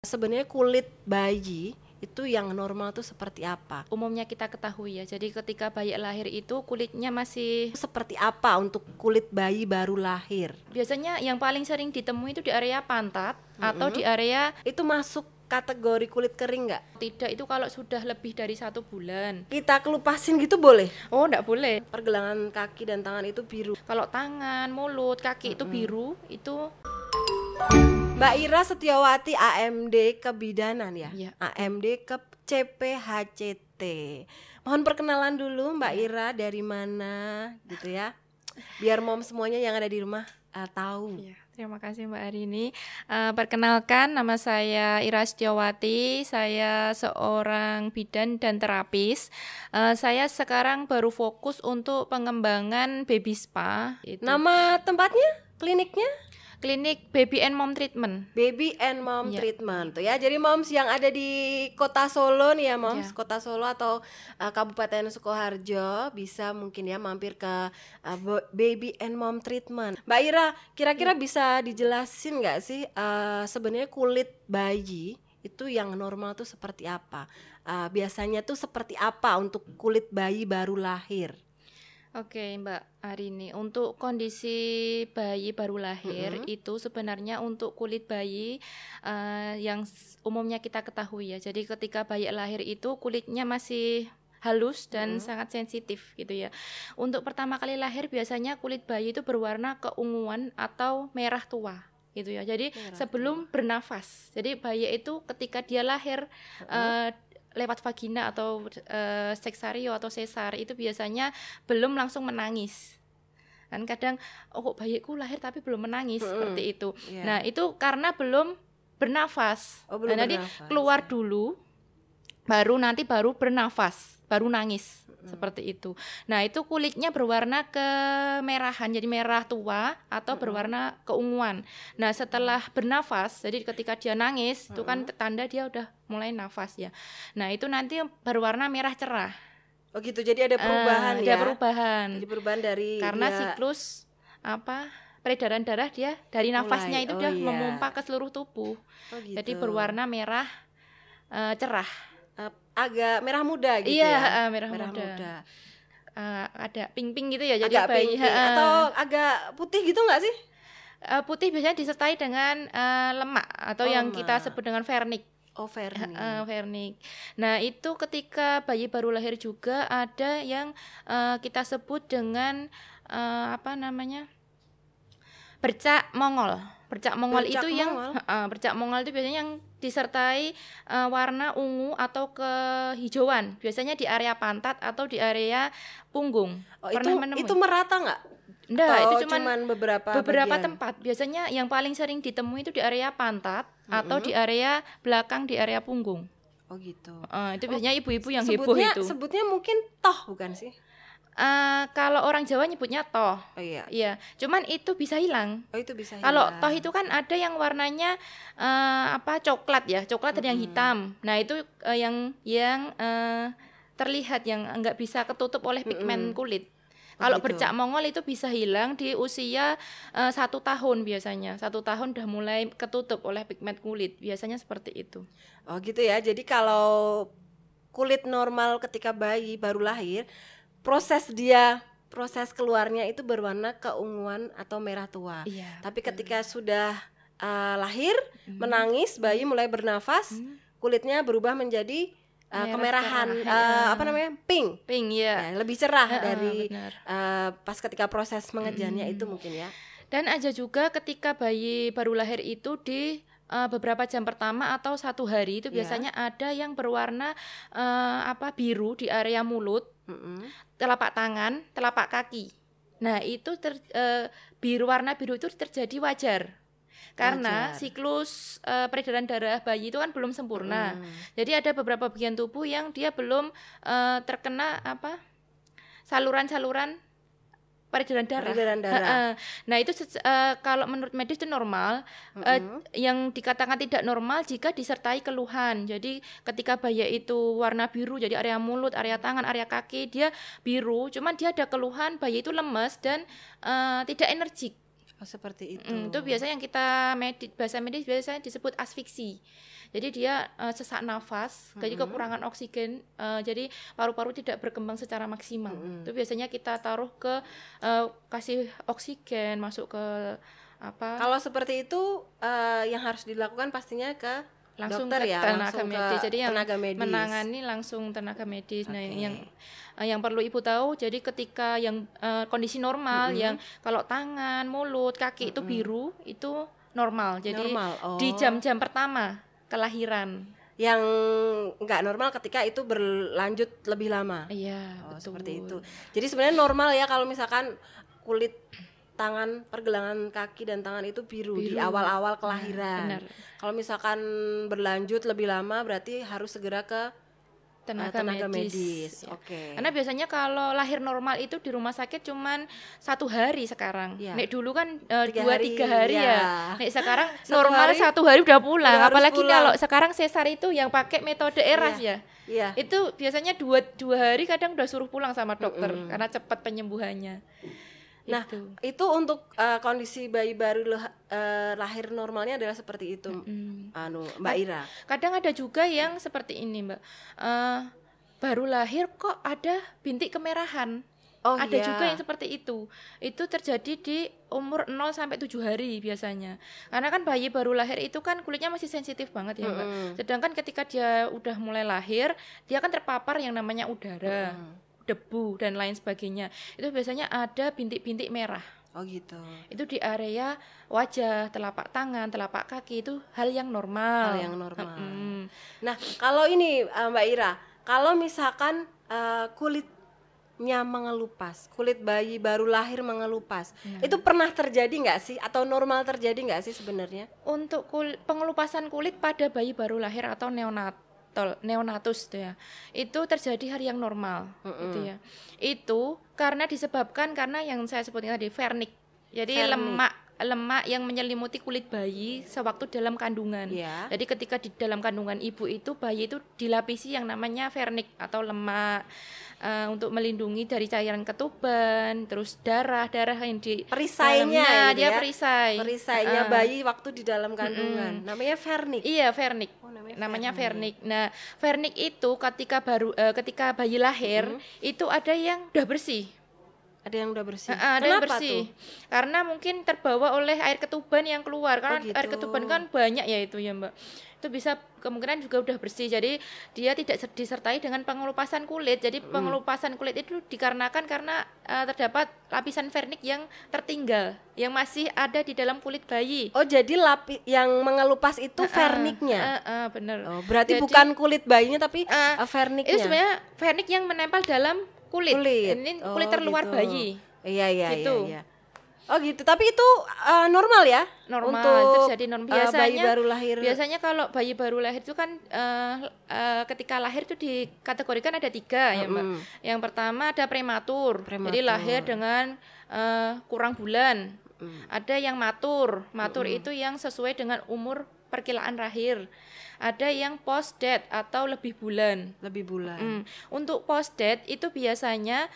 Sebenarnya kulit bayi itu yang normal tuh seperti apa? Umumnya kita ketahui ya, jadi ketika bayi lahir itu kulitnya masih Seperti apa untuk kulit bayi baru lahir? biasanya yang paling sering ditemui itu di area pantat atau di area Itu masuk kategori kulit kering nggak? tidak itu kalau sudah lebih dari 1 bulan. Kita kelupasin gitu boleh? Oh, enggak boleh. Pergelangan kaki dan tangan itu biru. Kalau tangan, mulut, kaki itu biru, itu Mbak Ira Setiawati AMD Kebidanan ya? Iya. AMD ke CPHCT. Mohon perkenalan dulu Mbak Ira dari mana gitu ya. Biar mom semuanya yang ada di rumah tahu. Ya, terima kasih Mbak Arini. Perkenalkan, nama saya Ira Setiawati. Saya seorang bidan dan terapis. Saya sekarang baru fokus untuk pengembangan baby spa. Nama tempatnya? Kliniknya? Klinik Baby and Mom Treatment. Baby and Mom Ya. Treatment tuh ya. Jadi moms yang ada di Kota Solo nih ya moms, Ya. Kota Solo atau Kabupaten Sukoharjo bisa mungkin ya mampir ke Baby and Mom Treatment. Mbak Ira, kira-kira bisa dijelasin nggak sih sebenarnya kulit bayi itu yang normal tuh seperti apa? Biasanya tuh seperti apa untuk kulit bayi baru lahir? Oke Mbak Arini, untuk kondisi bayi baru lahir itu sebenarnya untuk kulit bayi yang umumnya kita ketahui ya. Jadi ketika bayi lahir itu kulitnya masih halus dan sangat sensitif gitu ya. Untuk pertama kali lahir biasanya kulit bayi itu berwarna keunguan atau merah tua gitu ya. Jadi sebelum bernafas. Jadi bayi itu ketika dia lahir lewat vagina atau seksario atau sesar itu biasanya belum langsung menangis. Kan kadang kok bayiku lahir tapi belum menangis seperti itu. Yeah. Nah, itu karena belum bernafas. Belum Nah, nanti bernafas, keluar dulu baru bernafas, baru nangis. Seperti itu. Nah, itu kulitnya berwarna kemerahan, jadi merah tua atau berwarna keunguan. Nah, setelah bernafas, jadi ketika dia nangis, itu kan tanda dia udah mulai nafas ya. Nah, itu nanti berwarna merah cerah. Oh gitu, jadi ada perubahan ya? Ada perubahan. Jadi perubahan dari karena siklus peredaran darah dia dari nafasnya itu dia memompa ke seluruh tubuh. gitu. Jadi berwarna merah cerah. Agak merah muda gitu ya? ya? Merah muda. Ada pink-pink gitu ya, jadi agak bayi pink atau agak putih gitu nggak sih? Putih biasanya disertai dengan lemak atau yang kita sebut dengan vernik. Oh, vernik. Vernik. Nah, itu ketika bayi baru lahir juga ada yang kita sebut dengan bercak Mongol. Bercak Mongol itu biasanya yang disertai warna ungu atau kehijauan. Biasanya di area pantat atau di area punggung. Pernah menemui? Itu merata nggak? Enggak, itu cuman beberapa tempat. Biasanya yang paling sering ditemui itu di area pantat atau di area belakang, di area punggung. Oh gitu. Itu biasanya ibu-ibu yang heboh itu. Sebutnya mungkin toh bukan sih? Kalau orang Jawa nyebutnya toh. Oh iya. Iya, cuman itu bisa hilang. Oh, itu bisa hilang. Kalau toh itu kan ada yang warnanya coklat ya, coklat ada yang hitam. Nah, itu yang terlihat yang enggak bisa ketutup oleh pigmen kulit. Kalau bercak Mongol itu bisa hilang di usia 1 tahun biasanya. 1 tahun udah mulai ketutup oleh pigmen kulit. Biasanya seperti itu. Oh gitu ya. Jadi kalau kulit normal ketika bayi baru lahir, proses keluarnya itu berwarna keunguan atau merah tua. Iya. Tapi ketika sudah lahir, menangis, bayi mulai bernafas, kulitnya berubah menjadi kemerahan, pink ya, lebih cerah dari pas ketika proses mengejarnya itu mungkin ya. Dan ada juga ketika bayi baru lahir itu di beberapa jam pertama atau 1 hari itu biasanya ada yang berwarna biru di area mulut, telapak tangan, telapak kaki. Nah, itu warna biru itu terjadi wajar. Karena siklus peredaran darah bayi itu kan belum sempurna. Jadi ada beberapa bagian tubuh yang dia belum terkena saluran-saluran peredaran darah. Nah, itu kalau menurut medis itu normal. Yang dikatakan tidak normal jika disertai keluhan. Jadi ketika bayi itu warna biru, jadi area mulut, area tangan, area kaki dia biru, cuman dia ada keluhan, bayi itu lemes dan tidak energik. Oh, seperti itu. Itu biasanya yang kita bahasa medis biasanya disebut asfiksi. Jadi dia sesak nafas, jadi kekurangan oksigen, jadi paru-paru tidak berkembang secara maksimal. Itu biasanya kita taruh ke kasih oksigen masuk ke apa? Kalau seperti itu yang harus dilakukan pastinya ke Langsung dokter ke ya, tenaga langsung medis. ke Jadi yang tenaga medis. menangani langsung tenaga medis. Nah, yang perlu ibu tahu, jadi ketika yang kondisi normal, yang kalau tangan, mulut, kaki itu biru, itu normal. Jadi di jam-jam pertama kelahiran. Yang nggak normal ketika itu berlanjut lebih lama. Iya, betul. Seperti itu. Jadi sebenarnya normal ya kalau misalkan kulit tangan, pergelangan kaki dan tangan itu biru di awal-awal kelahiran. Kalau misalkan berlanjut lebih lama berarti harus segera ke tenaga medis. Oke. Karena biasanya kalau lahir normal itu di rumah sakit cuman 1 hari sekarang. Nek dulu kan 2-3 hari ya. Nek sekarang normal 1 hari udah pulang. Apalagi kalau sekarang sesar itu yang pakai metode ERAS ya. Itu biasanya 2 hari kadang udah suruh pulang sama dokter karena cepat penyembuhannya. Nah, itu untuk kondisi bayi baru lahir normalnya adalah seperti itu, Mbak Ira. Kadang ada juga yang seperti ini, Mbak. Baru lahir kok ada bintik kemerahan. Ada juga yang seperti itu. Itu terjadi di umur 0 sampai 7 hari biasanya. Karena kan bayi baru lahir itu kan kulitnya masih sensitif banget ya, Mbak. Sedangkan ketika dia udah mulai lahir, dia kan terpapar yang namanya udara, debu dan lain sebagainya. Itu biasanya ada bintik-bintik merah. Oh gitu. Itu di area wajah, telapak tangan, telapak kaki, itu hal yang normal. Nah, kalau ini Mbak Ira, kalau misalkan kulitnya mengelupas, kulit bayi baru lahir mengelupas, itu pernah terjadi nggak sih? Atau normal terjadi nggak sih sebenarnya? Untuk pengelupasan kulit pada bayi baru lahir atau neonatus itu terjadi hal yang normal gitu ya. Itu karena disebabkan karena yang saya sebutkan tadi vernik. Jadi lemak yang menyelimuti kulit bayi sewaktu dalam kandungan. Jadi ketika di dalam kandungan ibu itu bayi itu dilapisi yang namanya vernik atau lemak untuk melindungi dari cairan ketuban, terus darah yang di perisainya dia perisainya bayi waktu di dalam kandungan. Namanya vernik. Iya, vernik. Namanya vernik. Nah, vernik itu ketika bayi lahir itu ada yang udah bersih. Ada yang udah bersih. Ada yang bersih. Karena mungkin terbawa oleh air ketuban yang keluar. Karena air ketuban kan banyak ya itu ya, Mbak. Itu bisa kemungkinan juga udah bersih. Jadi dia tidak disertai dengan pengelupasan kulit. Jadi pengelupasan kulit itu dikarenakan karena terdapat lapisan vernik yang tertinggal, yang masih ada di dalam kulit bayi. Oh, jadi yang mengelupas itu verniknya. Bener. Oh, berarti jadi, bukan kulit bayinya tapi verniknya. Itu sebenarnya vernik yang menempel dalam kulit. Ini kulit terluar gitu. Bayi. Iya. Gitu. Oh gitu, tapi itu normal ya? Normal, untuk terjadi biasanya bayi baru lahir. Biasanya kalau bayi baru lahir itu kan ketika lahir itu dikategorikan ada 3 ya, Mbak. Yang pertama ada prematur. Jadi lahir dengan kurang bulan. Ada yang matur itu yang sesuai dengan umur perkiraan lahir. Ada yang post death atau lebih bulan. Untuk post death itu biasanya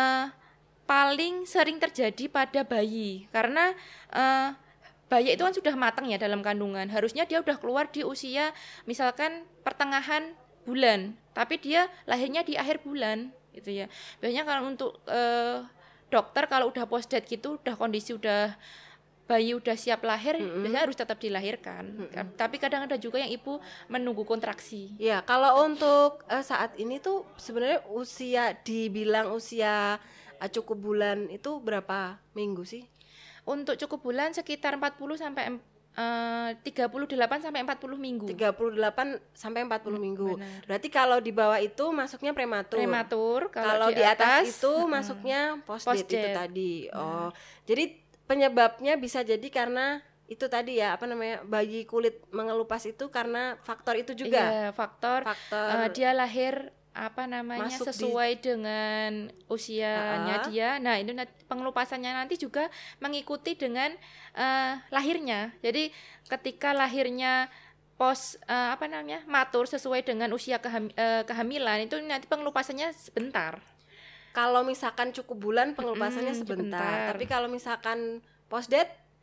paling sering terjadi pada bayi karena bayi itu kan sudah matang ya dalam kandungan. Harusnya dia udah keluar di usia misalkan pertengahan bulan, tapi dia lahirnya di akhir bulan gitu ya. Biasanya kalau untuk dokter kalau udah post death gitu, udah kondisi bayi udah siap lahir, biasanya harus tetap dilahirkan. Tapi kadang ada juga yang ibu menunggu kontraksi. Ya, kalau untuk saat ini tuh sebenarnya dibilang usia cukup bulan itu berapa minggu sih? Untuk cukup bulan sekitar 38 sampai 40 minggu. 38 sampai 40 minggu. Benar. Berarti kalau di bawah itu masuknya prematur. Kalau di atas itu masuknya post death itu tadi. Oh. Jadi penyebabnya bisa jadi karena itu tadi ya, bayi kulit mengelupas itu karena faktor itu juga. Iya, faktor dia lahir sesuai dengan usianya dia. Nah, itu pengelupasannya nanti juga mengikuti dengan lahirnya. Jadi ketika lahirnya matur sesuai dengan usia kehamilan itu nanti pengelupasannya sebentar. Kalau misalkan cukup bulan pengelupasannya sebentar. Tapi kalau misalkan post death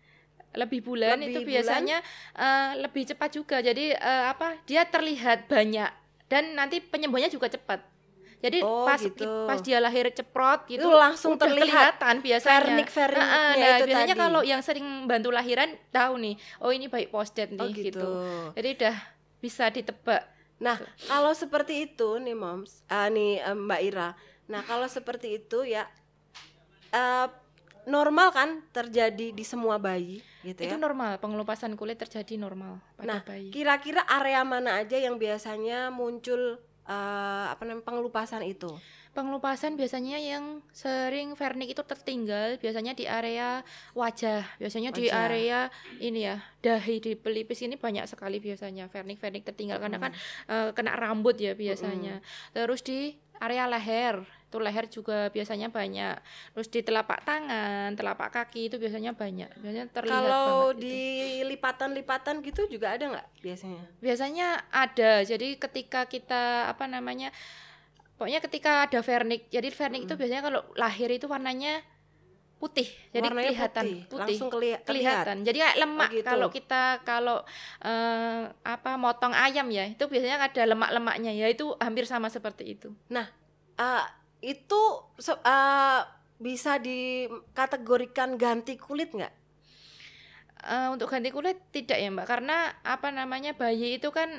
lebih bulan Lebih itu bulan. biasanya lebih cepat juga. Jadi dia terlihat banyak dan nanti penyembuhannya juga cepat. Jadi Oh, pas gitu. pas dia lahir ceprot gitu Itu langsung udah terlihat kelihatan biasanya. vernik-verniknya Nah, itu biasanya tadi. kalau yang sering bantu lahiran tahu nih, oh ini bayi postdate Oh, nih gitu. Jadi udah bisa ditebak. Nah, kalau seperti itu nih Moms, Mbak Ira. Nah, kalau seperti itu ya eh, normal kan terjadi di semua bayi gitu Itu ya. normal, pengelupasan kulit terjadi normal pada Nah, bayi. kira-kira area mana aja yang biasanya muncul pengelupasan itu? Pengelupasan biasanya yang sering vernik itu tertinggal biasanya di area wajah, biasanya di Wajah. area ini ya, dahi di pelipis ini banyak sekali biasanya vernik tertinggal karena kan kena rambut ya biasanya. Terus di area leher, itu leher juga biasanya banyak. Terus di telapak tangan, telapak kaki itu biasanya banyak. Biasanya terlihat Kalau banget di itu. lipatan-lipatan gitu juga ada nggak biasanya? Biasanya ada. Jadi ketika kita pokoknya ketika ada vernik, jadi vernik itu biasanya kalau lahir itu warnanya putih, jadi Warnanya kelihatan putih, langsung terlihat. kelihatan. Jadi kayak lemak. Oh, gitu. Kalau motong ayam ya, itu biasanya ada lemak-lemaknya ya, itu hampir sama seperti itu. Nah, itu bisa dikategorikan ganti kulit nggak? Untuk ganti kulit tidak ya Mbak, karena bayi itu kan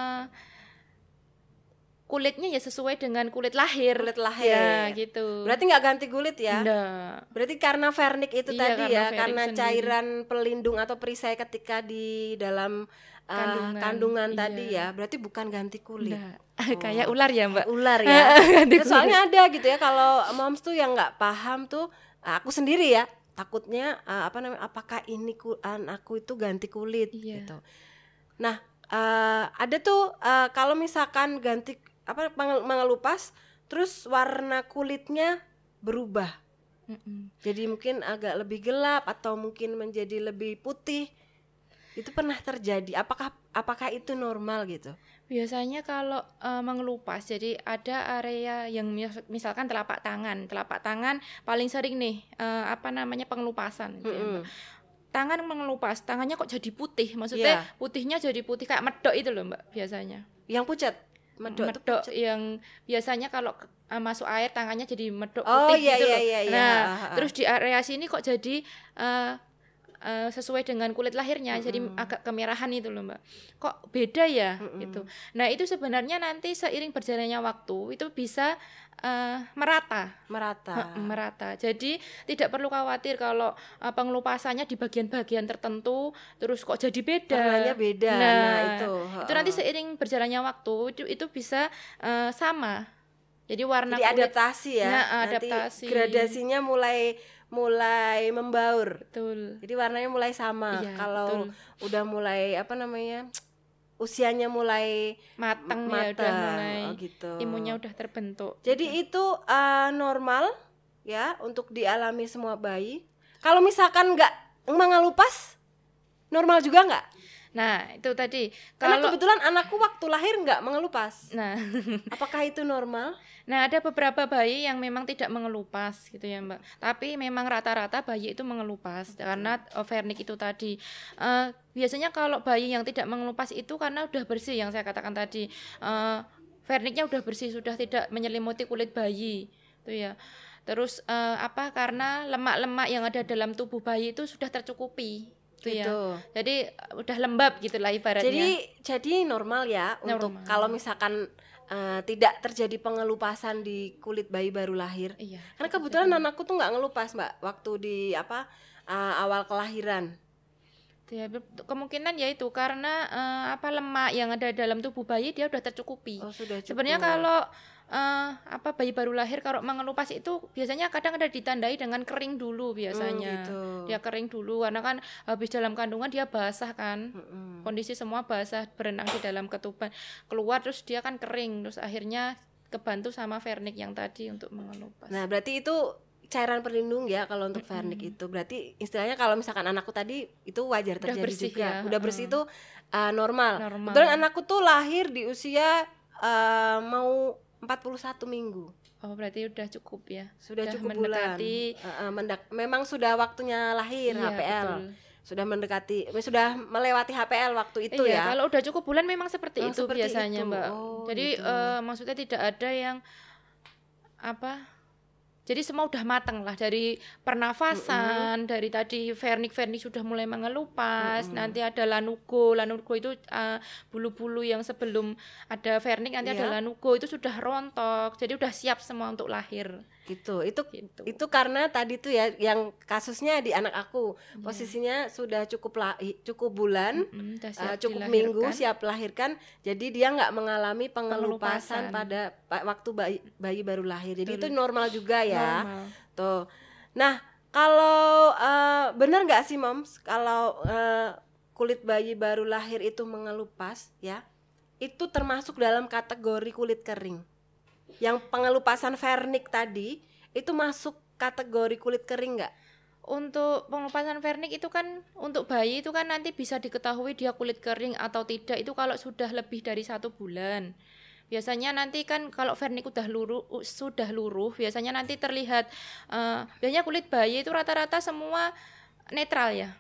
kulitnya ya sesuai dengan kulit lahir. Kulit lahir. Ya, gitu. Berarti nggak ganti kulit ya? Nggak. Berarti karena vernik itu Iya, tadi ya, vernik karena sendiri. cairan pelindung atau perisai ketika di dalam kandungan tadi ya, berarti bukan ganti kulit. Kayak ular ya Mbak? Ular ya. Soalnya ada gitu ya, kalau moms tuh yang nggak paham tuh, aku sendiri ya takutnya apakah ini anakku itu ganti kulit gitu. Nah, ada tuh kalau misalkan ganti mengelupas terus warna kulitnya berubah. Jadi mungkin agak lebih gelap atau mungkin menjadi lebih putih. Itu pernah terjadi. Apakah itu normal gitu? Biasanya kalau mengelupas, jadi ada area yang misalkan telapak tangan paling sering nih pengelupasan gitu ya, Mbak. Tangan mengelupas, tangannya kok jadi putih, maksudnya putihnya jadi putih kayak medok itu loh Mbak biasanya. Yang pucat? Medok yang biasanya kalau masuk air tangannya jadi medok Oh, putih iya, gitu loh. iya, Nah, terus di area sini kok jadi sesuai dengan kulit lahirnya, jadi agak kemerahan itu loh Mbak. Kok beda ya gitu. Nah, itu sebenarnya nanti seiring berjalannya waktu itu bisa merata. Jadi tidak perlu khawatir kalau pengelupasannya di bagian-bagian tertentu terus kok jadi beda. Warnanya beda. Nah, itu nanti seiring berjalannya waktu itu bisa sama. Jadi warna kulit adaptasi ya. Nah, adaptasi. Gradasinya mulai membaur. Betul. Jadi warnanya mulai sama. Iya, kalau udah mulai usianya mulai matang ya, udah mulai gitu. Imunnya udah terbentuk. Jadi itu normal ya untuk dialami semua bayi. Kalau misalkan nggak mengelupas, normal juga nggak? Nah, itu tadi. Karena kebetulan anakku waktu lahir nggak mengelupas. Nah, apakah itu normal? Nah, ada beberapa bayi yang memang tidak mengelupas gitu ya Mbak. Tapi memang rata-rata bayi itu mengelupas karena vernik itu tadi. Biasanya kalau bayi yang tidak mengelupas itu karena udah bersih yang saya katakan tadi. Verniknya udah bersih, sudah tidak menyelimuti kulit bayi, itu ya. Terus karena lemak-lemak yang ada dalam tubuh bayi itu sudah tercukupi. Gitu. Ya. Jadi udah lembab gitulah ibaratnya. Jadi normal ya untuk kalau misalkan tidak terjadi pengelupasan di kulit bayi baru lahir. Iya. Karena kebetulan anakku tuh nggak ngelupas Mbak waktu di awal kelahiran. Ya, kemungkinan ya itu karena lemak yang ada dalam tubuh bayi dia udah tercukupi. Oh, sudah cukup. Sebenarnya kalau bayi baru lahir kalau mengelupas itu biasanya kadang ada ditandai dengan kering dulu biasanya. Gitu. Dia kering dulu karena kan habis dalam kandungan dia basah kan. Kondisi semua basah, berenang di dalam ketuban. Keluar terus dia kan kering, terus akhirnya kebantu sama vernik yang tadi untuk mengelupas. Nah, berarti itu cairan pelindung ya kalau untuk vernik itu. Berarti istilahnya kalau misalkan anakku tadi itu wajar terjadi bersih juga. Ya. Udah bersih itu normal. Kebetulan anakku tuh lahir di usia mau 41 minggu. Oh, berarti udah cukup ya. Sudah cukup mendekati. Memang sudah waktunya lahir HPL. Betul. sudah mendekati, sudah melewati HPL waktu itu iya, ya. kalau udah cukup bulan memang seperti itu seperti biasanya itu. Mbak. Oh, Jadi gitu. maksudnya tidak ada yang apa? Jadi semua udah matang lah, dari pernafasan, dari tadi vernik sudah mulai mengelupas, nanti ada lanugo itu bulu-bulu yang sebelum ada vernik nanti ada lanugo itu sudah rontok, jadi udah siap semua untuk lahir. Gitu. Itu karena tadi tuh ya yang kasusnya di anak aku posisinya sudah cukup bulan, cukup minggu siap lahirkan, jadi dia nggak mengalami pengelupasan pada waktu bayi baru lahir. Jadi itu normal juga ya. Normal. Tuh. Nah, kalau benar nggak sih Moms kalau kulit bayi baru lahir itu mengelupas ya, itu termasuk dalam kategori kulit kering? Yang pengelupasan vernik tadi itu masuk kategori kulit kering nggak? Untuk pengelupasan vernik itu kan untuk bayi itu kan nanti bisa diketahui dia kulit kering atau tidak itu kalau sudah lebih dari 1 bulan. Biasanya nanti kan kalau vernik sudah luruh biasanya nanti terlihat biasanya kulit bayi itu rata-rata semua netral ya.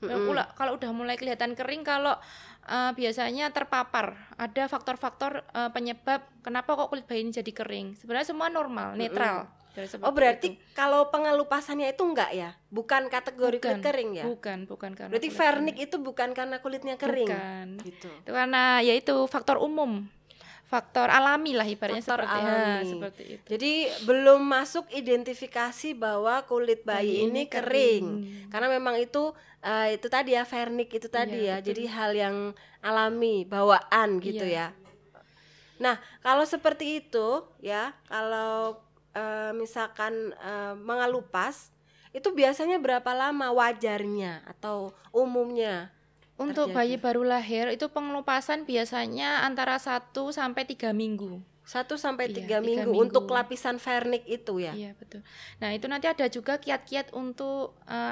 Kalau udah mulai kelihatan kering kalau biasanya terpapar, ada faktor-faktor penyebab kenapa kok kulit bayi ini jadi kering. Sebenarnya semua normal, netral. Oh berarti kalau pengelupasannya itu enggak ya? Bukan kategori kulit kering ya? Bukan karena. Berarti vernik itu bukan karena kulitnya kering? Bukan. Gitu. Itu karena yaitu faktor umum. Faktor alami lah ibaratnya seperti itu. Jadi belum masuk identifikasi bahwa kulit bayi ini kering. Karena memang itu tadi ya vernik itu tadi ya. Betul. Jadi hal yang alami, bawaan gitu ya. Nah, kalau seperti itu ya, kalau misalkan mengelupas itu biasanya berapa lama wajarnya atau umumnya? Untuk bayi baru lahir itu pengelupasan biasanya antara 1 sampai 3 minggu. 1 sampai 3 minggu untuk lapisan vernik itu ya. Iya, betul. Nah, itu nanti ada juga kiat-kiat untuk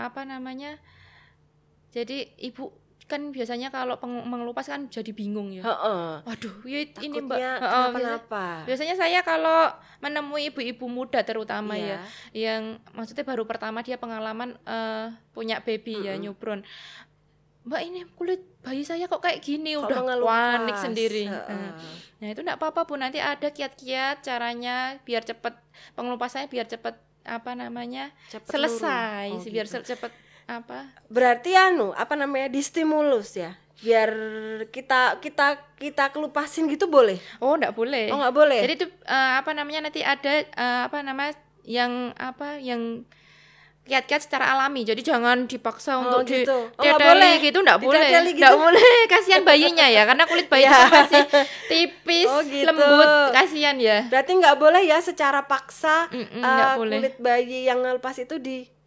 jadi ibu kan biasanya kalau mengelupas kan jadi bingung ya. Waduh, ya ini Mbak. Kenapa? Biasanya saya kalau menemui ibu-ibu muda terutama ya, yang maksudnya baru pertama dia pengalaman punya baby ya, newborn. Mbak, ini kulit bayi saya kok kayak gini, udah panik sendiri. Nah itu enggak apa-apa Bu, nanti ada kiat-kiat caranya biar cepat pengelupasannya, biar cepat selesai, biar cepat Berarti distimulus ya, biar kita kelupasin gitu boleh? Oh enggak boleh. Oh enggak boleh. Jadi itu nanti ada yang kiat-kiat secara alami, jadi jangan dipaksa untuk diteteli gitu, enggak boleh. Enggak boleh, kasihan bayinya ya, karena kulit bayi itu masih tipis, lembut, kasihan ya. Berarti enggak boleh ya secara paksa kulit bayi yang ngelepas itu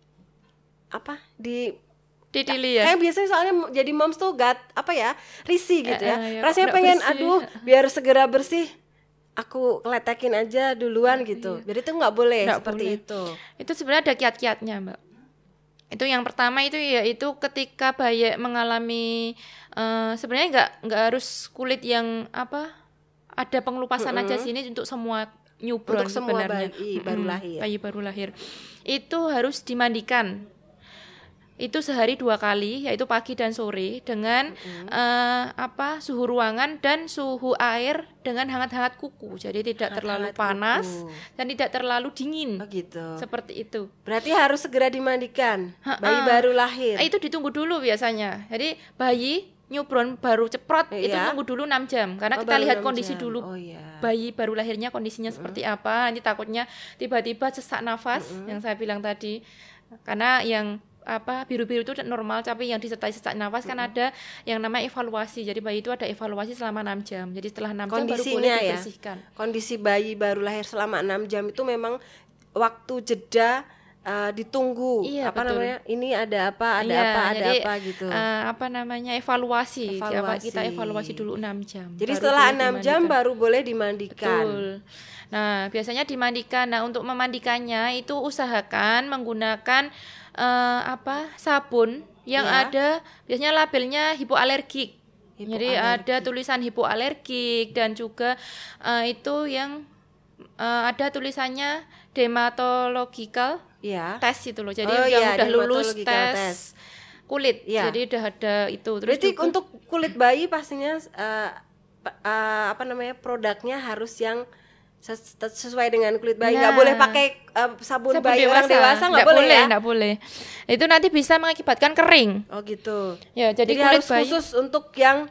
ditili ya. Kayak biasanya soalnya jadi moms tuh risih gitu ya. Rasanya pengen biar segera bersih aku letekin aja duluan gitu. Jadi itu nggak boleh seperti itu. Itu sebenarnya ada kiat-kiatnya Mbak. Itu yang pertama itu yaitu ketika bayi mengalami sebenarnya nggak harus kulit yang ada pengelupasan aja sini untuk semua newborn, untuk semua sebenarnya bayi baru lahir itu harus dimandikan. Itu sehari 2 kali, yaitu pagi dan sore dengan suhu ruangan dan suhu air dengan hangat-hangat kuku. Jadi tidak terlalu panas dan tidak terlalu dingin. Gitu. Seperti itu. Berarti harus segera dimandikan bayi baru lahir. Itu ditunggu dulu biasanya. Jadi bayi newborn baru ceprot itu tunggu dulu 6 jam karena kita lihat kondisi dulu bayi baru lahirnya kondisinya seperti apa. Nanti takutnya tiba-tiba sesak nafas yang saya bilang tadi. Karena yang biru-biru itu normal, tapi yang disertai sesak nafas kan ada yang namanya evaluasi. Jadi bayi itu ada evaluasi selama 6 jam. Jadi setelah 6 jam baru boleh dibersihkan. Kondisi bayi baru lahir selama 6 jam itu memang waktu jeda ditunggu. Ini ada apa gitu. Evaluasi. Kita evaluasi dulu 6 jam. Jadi setelah 6 jam baru boleh dimandikan. Betul. Nah, biasanya dimandikan. Nah, untuk memandikannya itu usahakan menggunakan sabun yang ada biasanya labelnya hipoalergik. Jadi ada tulisan hipoalergik dan juga itu yang ada tulisannya dermatological test itu loh. Jadi yang udah lulus tes kulit. Iya. Jadi udah ada itu. Terus Berarti juga, untuk kulit bayi pastinya apa namanya, produknya harus yang sesuai dengan kulit bayi. Nggak Nah, boleh pakai sabun bayi orang dewasa, nggak boleh ya? nggak boleh. Itu nanti bisa mengakibatkan kering. Oh gitu. Ya, jadi harus kulit bayi khusus untuk yang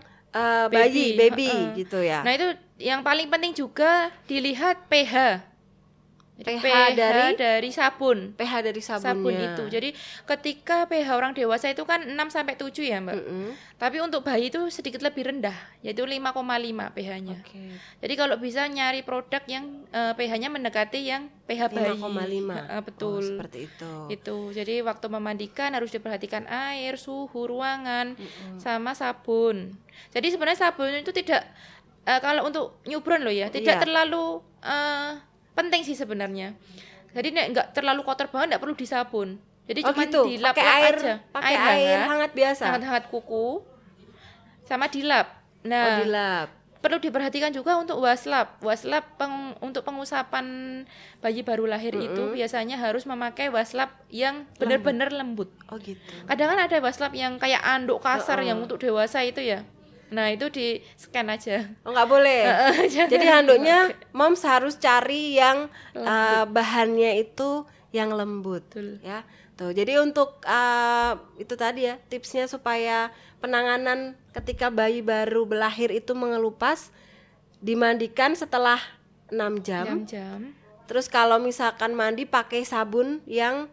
baby gitu ya. Nah, itu yang paling penting juga dilihat pH. Jadi pH dari sabun. pH dari sabunnya. Sabun itu. Jadi ketika pH orang dewasa itu kan 6 sampai 7 ya, Mbak. Tapi untuk bayi itu sedikit lebih rendah, yaitu 5,5 pH-nya. Oke. Jadi kalau bisa nyari produk yang pH-nya mendekati yang pH bayi. 5,5. Betul. Oh, seperti itu. Itu. Jadi waktu memandikan harus diperhatikan air, suhu ruangan, sama sabun. Jadi sebenarnya sabun itu tidak kalau untuk newborn loh ya, tidak terlalu penting sih sebenarnya. Jadi nggak terlalu kotor banget, nggak perlu disabun. Jadi cuma gitu. dilap Pakai aja. air hangat biasa. Hangat-hangat kuku sama dilap. Nah, dilap. perlu diperhatikan juga untuk waslap. Waslap untuk pengusapan bayi baru lahir itu biasanya harus memakai waslap yang benar-benar lembut. Oh gitu. Kadang kan ada waslap yang kayak anduk kasar yang untuk dewasa itu ya. Nah, itu di scan aja. Oh, nggak boleh. Jadi handuknya moms harus cari yang bahannya itu yang lembut. Betul. Ya. Tuh. Jadi untuk itu tadi ya tipsnya supaya penanganan ketika bayi baru belahir itu mengelupas, dimandikan setelah 6 jam. 6 jam. Terus kalau misalkan mandi pakai sabun yang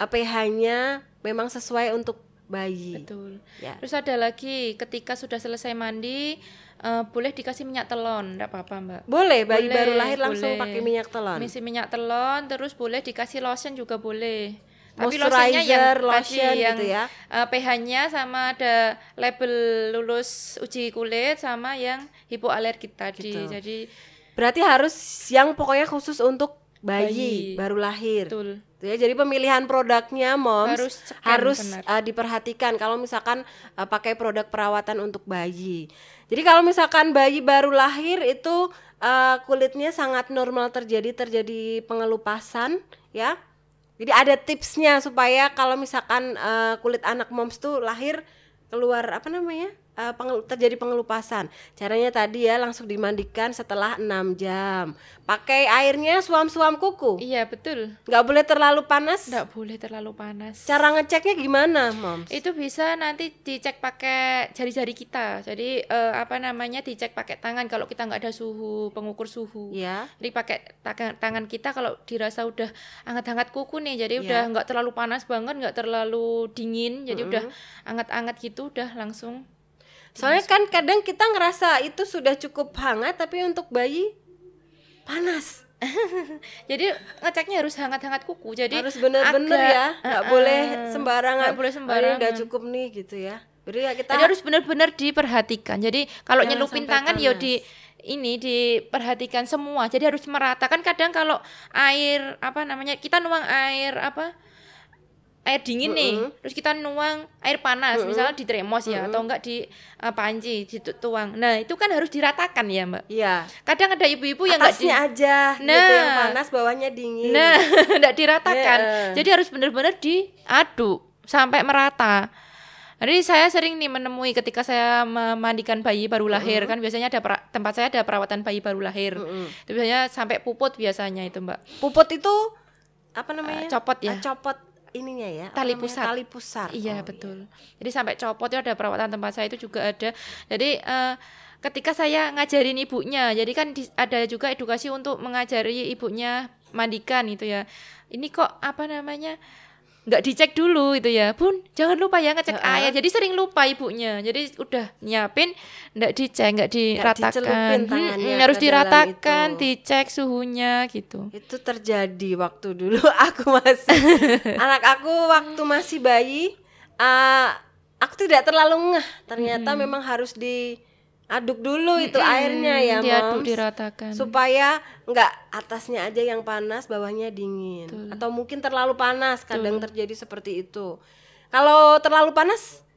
pH-nya memang sesuai untuk bayi. Betul. Ya. Terus ada lagi ketika sudah selesai mandi boleh dikasih minyak telon, enggak apa-apa, Mbak. Boleh, bayi Boleh, baru lahir langsung boleh. pakai minyak telon. Misi minyak telon, terus boleh dikasih lotion juga boleh. Tapi Moisturizer, lotion lotion yang gitu ya. pH-nya sama ada label lulus uji kulit sama yang hipoalergik tadi. Gitu. Jadi berarti harus yang pokoknya khusus untuk bayi baru lahir. betul. Ya, jadi pemilihan produknya moms harus benar. diperhatikan kalau misalkan pakai produk perawatan untuk bayi. Jadi kalau misalkan bayi baru lahir itu kulitnya sangat normal terjadi pengelupasan ya. Jadi ada tipsnya supaya kalau misalkan kulit anak moms tuh lahir keluar apa namanya? Terjadi pengelupasan. Caranya tadi ya langsung dimandikan setelah 6 jam. Pakai airnya suam-suam kuku. Iya, betul. Nggak boleh terlalu panas. Nggak boleh terlalu panas. Cara ngeceknya gimana, Moms? Itu bisa nanti dicek pakai jari-jari kita. Jadi dicek pakai tangan kalau kita nggak ada pengukur suhu. Ya. Jadi pakai tangan kita kalau dirasa udah hangat-hangat kuku nih. Jadi udah nggak terlalu panas banget, nggak terlalu dingin. Jadi udah hangat-hangat gitu, udah langsung. Soalnya kan kadang kita ngerasa itu sudah cukup hangat, tapi untuk bayi panas. Jadi ngeceknya harus hangat-hangat kuku. Jadi harus bener-bener ya, nggak boleh sembarangan. Nggak boleh sembarangan. Ini udah cukup nih gitu ya. Jadi harus benar-benar diperhatikan. Jadi kalau nyelupin tangan ya diperhatikan semua. Jadi harus merata. Kan kadang kalau air kita nuang air dingin nih, terus kita nuang air panas, misalnya di termos ya, atau enggak di panci dituang. Nah itu kan harus diratakan ya, Mbak. Iya. Kadang ada ibu-ibu yang atasnya aja, gitu yang panas, bawahnya dingin. Nah, enggak diratakan. Jadi harus benar-benar diaduk sampai merata. Jadi saya sering nih menemui ketika saya memandikan bayi baru lahir, kan biasanya ada tempat saya ada perawatan bayi baru lahir. Itu biasanya sampai puput biasanya itu, Mbak. Puput itu apa namanya? Copot ya. Copot ininya ya, tali pusar. Oh, Iya, betul. Jadi sampai copot itu ada perawatan tempat saya itu juga ada. Jadi ketika saya ngajarin ibunya, jadi kan ada juga edukasi untuk mengajari ibunya mandikan itu ya. Ini kok nggak dicek dulu itu ya, Bun, jangan lupa ya ngecek air. Jadi sering lupa ibunya. Jadi udah nyiapin, nggak dicek, nggak diratakan. Harus diratakan, dicek suhunya gitu. Itu terjadi waktu dulu anak aku waktu masih bayi, aku tidak terlalu ngeh. Ternyata memang harus diaduk dulu itu airnya ya, diaduk, Moms, diratakan supaya nggak atasnya aja yang panas, bawahnya dingin. Betul. Atau mungkin terlalu panas, kadang terjadi seperti itu. Kalau terlalu panas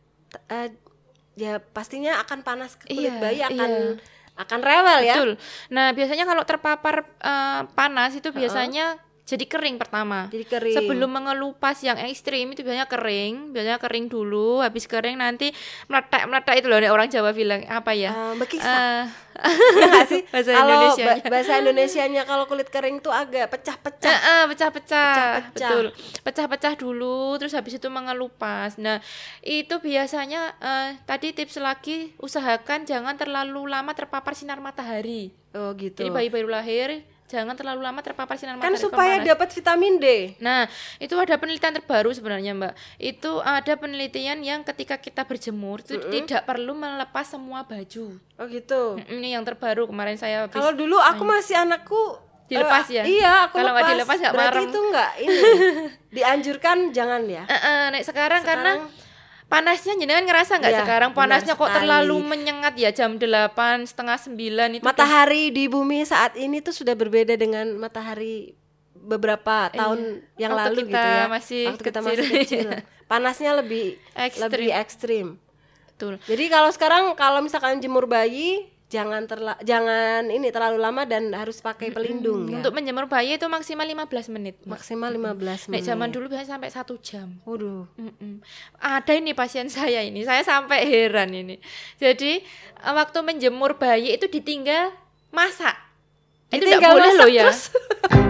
ya pastinya akan panas ke kulit bayi, akan rewel ya. Betul. Nah biasanya kalau terpapar panas itu biasanya jadi kering pertama. Jadi kering. Sebelum mengelupas yang ekstrim itu biasanya kering dulu, habis kering nanti meletak itu loh, orang Jawa bilang apa ya? Bekisa. Ya nggak sih? Bahasa Kalau Indonesianya. bahasa Indonesianya kalau kulit kering tuh agak pecah-pecah. Pecah-pecah. Betul. Pecah-pecah dulu, terus habis itu mengelupas. Nah, itu biasanya tadi tips lagi, usahakan jangan terlalu lama terpapar sinar matahari. Oh gitu. Jadi bayi baru lahir jangan terlalu lama terpapar sinar Kan matahari supaya panas. dapat vitamin D. Nah, itu ada penelitian terbaru sebenarnya, Mbak. Itu ada penelitian yang ketika kita berjemur itu tidak perlu melepas semua baju. Oh gitu. Ini yang terbaru kemarin saya habis. Kalau dulu aku masih anakku dilepas ya. Iya, aku kalau nggak dilepas nggak berarti marem. itu nggak ini. Dianjurkan jangan ya. Nek sekarang karena panasnya jenengan ngerasa nggak Iya, sekarang panasnya kok sekali. terlalu menyengat ya jam 8, setengah 9 itu Matahari di bumi saat ini tuh sudah berbeda dengan matahari beberapa tahun yang waktu lalu kita gitu ya. masih Waktu kita kecil. masih kecil. Panasnya lebih Ekstrim. ekstrim. Betul. Jadi kalau sekarang kalau misalkan jemur bayi jangan terlalu lama dan harus pakai pelindung ya. Untuk menjemur bayi itu maksimal 15 menit. Mbak. Maksimal 15 Nek menit. zaman dulu biasanya sampai 1 jam. Waduh. Ada ini pasien saya ini, saya sampai heran ini. Jadi waktu menjemur bayi itu ditinggal masak. Itu Ditinggal nggak boleh masak loh ya. terus.